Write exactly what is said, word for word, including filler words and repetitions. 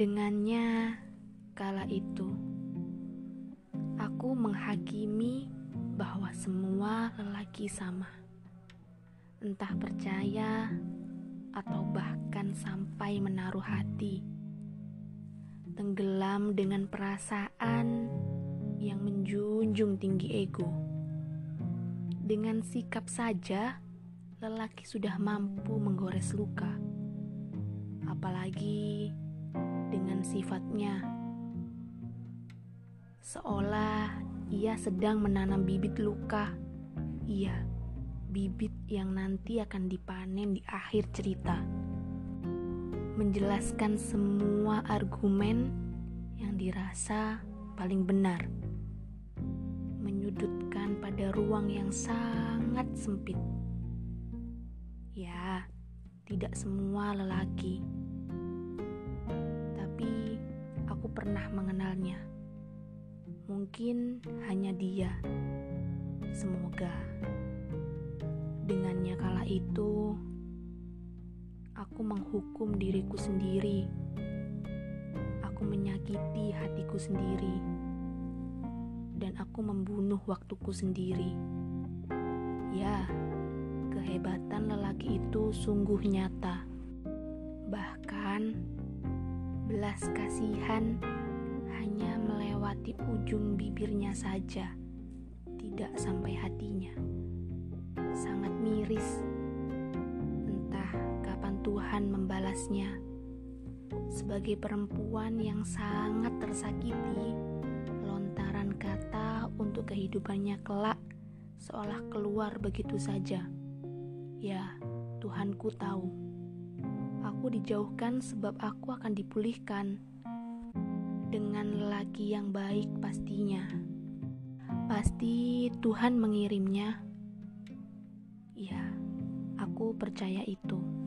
Dengannya, kala itu, aku menghakimi bahwa semua lelaki sama. Entah percaya atau bahkan sampai menaruh hati. Tenggelam dengan perasaan yang menjunjung tinggi ego. Dengan sikap saja, lelaki sudah mampu menggores luka. Apalagi dengan sifatnya, seolah ia sedang menanam bibit luka. Iya, bibit yang nanti akan dipanen di akhir cerita. Menjelaskan semua argumen yang dirasa paling benar. Menyudutkan pada ruang yang sangat sempit. Ya, tidak semua lelaki. Tapi aku pernah mengenalnya. Mungkin hanya dia. Semoga dengannya kala itu aku menghukum diriku sendiri. Aku menyakiti hatiku sendiri. Dan aku membunuh waktuku sendiri. Ya, kehebatan lelaki itu sungguh nyata. Bahkan belas kasihan hanya melewati ujung bibirnya saja, tidak sampai hatinya. Sangat miris. Entah kapan Tuhan membalasnya. Sebagai perempuan yang sangat tersakiti, lontaran kata untuk kehidupannya kelak seolah keluar begitu saja. Ya, Tuhanku tahu. Aku dijauhkan sebab aku akan dipulihkan dengan lelaki yang baik pastinya. Pasti Tuhan mengirimnya. Ya, aku percaya itu.